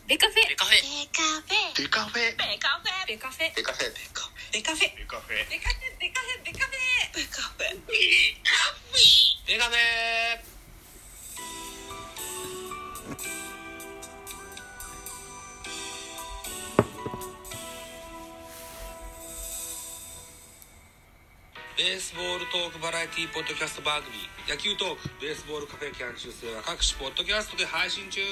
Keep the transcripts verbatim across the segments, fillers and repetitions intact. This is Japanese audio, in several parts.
ベカフェベカフェベカフェベカフェベカフェベカフェベカフェベカフェベカフェベカフェベカフェベカフェベカフェベカフェベカフェベカフェベースボールトークバラエティポッドキャスト番組野球トークベースボールカフェキャン中世は各種ポッドキャストで配信中。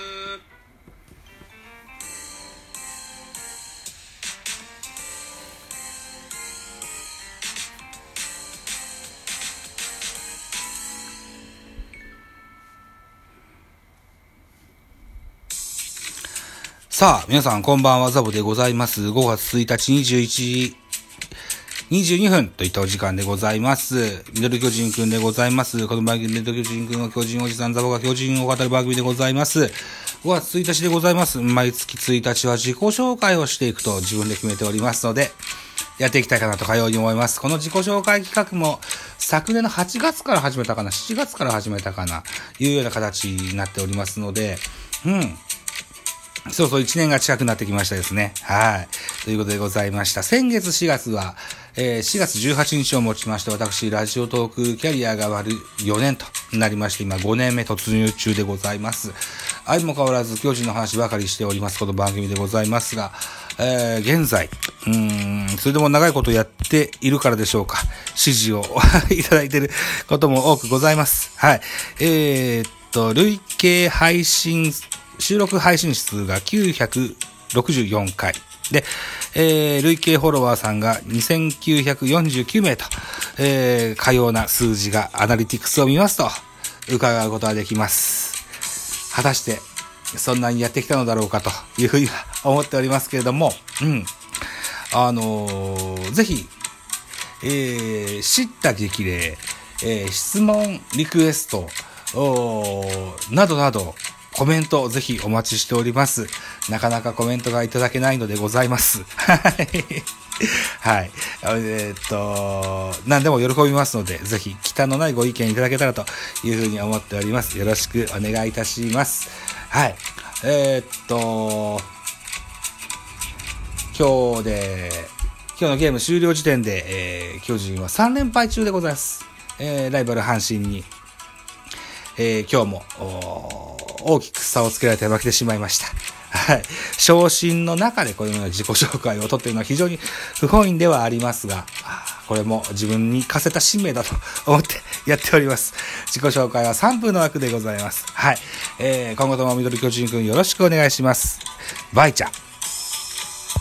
さあ皆さんこんばんは、ザボでございます。ごがつついたちにじゅういちじにじゅうにふんといったお時間でございます。ミドル巨人くんでございます。この番組ミドル巨人くんは巨人おじさん、ザボが巨人を語る番組でございます。ごがつついたちでございます。毎月ついたちは自己紹介をしていくと自分で決めておりますので、やっていきたいかなとかように思います。この自己紹介企画も昨年のはちがつから始めたかな、しちがつから始めたかな、いうような形になっておりますので、うん。そうそう、いちねんが近くなってきましたですね。はい。ということでございました。先月しがつは、えー、しがつじゅうはちにちをもちまして、私、ラジオトークキャリアが丸よねんとなりまして、今ごねんめ突入中でございます。相も変わらず、巨人の話ばかりしております、この番組でございますが、えー、現在、うーん、それでも長いことやっているからでしょうか、指示をいただいていることも多くございます。はい。えー、っと、累計配信、収録配信数がきゅうひゃくろくじゅうよんかいで、えー、累計フォロワーさんがにせんきゅうひゃくよんじゅうきゅうめいと、えー、かような数字がアナリティクスを見ますと伺うことができます。果たしてそんなにやってきたのだろうかというふうには思っておりますけれども、うん、あのー、ぜひ、えー、知った激励、えー、質問リクエストなどなどコメントぜひお待ちしております。なかなかコメントがいただけないのでございます。はい。はい。えー、っと、何でも喜びますので、ぜひ、忌憚のないご意見いただけたらというふうに思っております。よろしくお願いいたします。はい。えー、っと、今日で、今日のゲーム終了時点で、えー、巨人はさんれんぱい中でございます。えー、ライバル阪神に、えー、今日も、大きく差をつけられて負けてしまいました。はい。昇進の中でこのような自己紹介をとっているのは非常に不本意ではありますが、これも自分に課せた使命だと思ってやっております。自己紹介はさんぷんの枠でございます。はい。えー、今後ともミドル巨人くんよろしくお願いします。バイチャ。